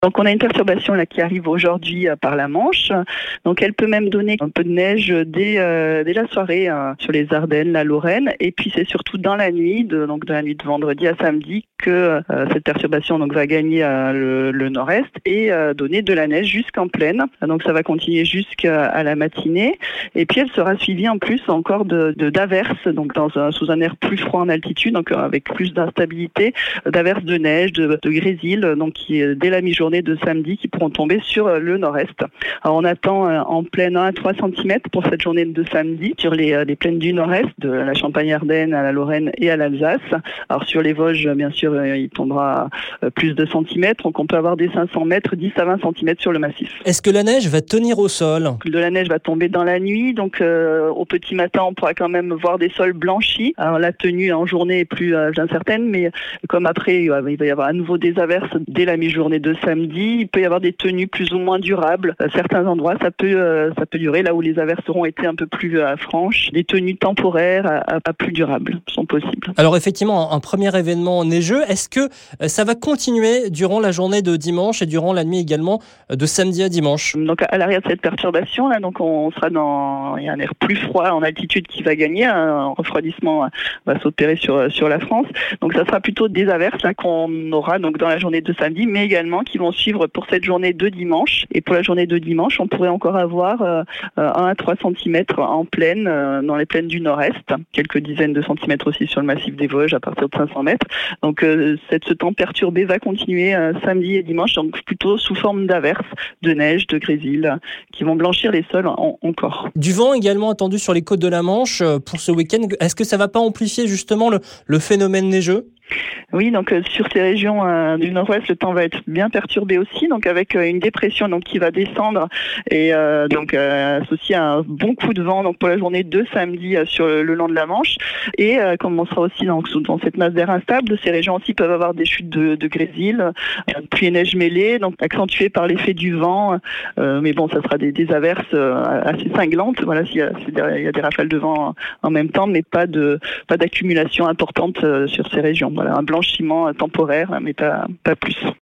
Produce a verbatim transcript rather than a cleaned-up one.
Donc on a une perturbation là qui arrive aujourd'hui euh, par la Manche. Donc elle peut même donner un peu de neige dès, euh, dès la soirée euh, sur les Ardennes, la Lorraine. Et puis c'est surtout dans la nuit, de, donc de la nuit de vendredi à samedi, que euh, cette perturbation donc va gagner euh, le, le nord-est et euh, donner de la neige jusqu'en plaine. Donc ça va continuer jusqu'à la matinée. Et puis elle sera suivie en plus encore de, de d'averses, donc dans un, sous un air plus froid en altitude, donc avec plus d'instabilité, d'averses de neige, de, de grésil, donc qui dès la mi-journée de samedi qui pourront tomber sur le nord-est. Alors on attend en plaine un à trois centimètres pour cette journée de samedi sur les, les plaines du nord-est, de la Champagne-Ardenne à la Lorraine et à l'Alsace. Alors sur les Vosges, bien sûr, il tombera plus de centimètres, donc on peut avoir des cinq cents mètres, dix à vingt centimètres sur le massif. Est-ce que la neige va tenir au sol ? De la neige va tomber dans la nuit, donc euh, au petit matin on pourra quand même voir des sols blanchis. Alors la tenue en journée est plus euh, incertaine, mais comme après il va y avoir à nouveau des averses dès la mi-journée de samedi, il peut y avoir des tenues plus ou moins durables. À certains endroits, ça peut, euh, ça peut durer, là où les averses auront été un peu plus euh, franches. Des tenues temporaires à, à plus durables sont possibles. Alors effectivement, un premier événement neigeux, est-ce que ça va continuer durant la journée de dimanche et durant la nuit également de samedi à dimanche ? Donc à l'arrière de cette perturbation, là, donc on sera dans, il y a un air plus froid en altitude qui va gagner, un refroidissement va s'opérer sur, sur la France. Donc ça sera plutôt des averses là, qu'on aura donc dans la journée de samedi, mais également qui vont suivre pour cette journée de dimanche. Et pour la journée de dimanche, on pourrait encore avoir euh, un à trois centimètres en plaine, euh, dans les plaines du nord-est, quelques dizaines de centimètres aussi sur le massif des Vosges à partir de cinq cents mètres. Donc euh, cette, ce temps perturbé va continuer euh, samedi et dimanche, donc plutôt sous forme d'averses, de neige, de grésil, qui vont blanchir les sols en, encore. Du vent également attendu sur les côtes de la Manche pour ce week-end. Est-ce que ça va pas amplifier justement le, le phénomène neigeux ? Oui, donc euh, sur ces régions euh, du nord-ouest, le temps va être bien perturbé aussi, donc avec euh, une dépression donc qui va descendre et euh, donc euh, associé à un bon coup de vent donc pour la journée de samedi euh, sur le, le long de la Manche. Et euh, comme on sera aussi dans, dans cette masse d'air instable, ces régions aussi peuvent avoir des chutes de, de grésil, euh, pluie et neige mêlée, donc accentuées par l'effet du vent. Euh, mais bon, ça sera des, des averses euh, assez cinglantes. Voilà, s'il y a, s'il y a des rafales de vent en même temps, mais pas de pas d'accumulation importante euh, sur ces régions. Voilà, un blanchiment temporaire, mais pas, pas plus.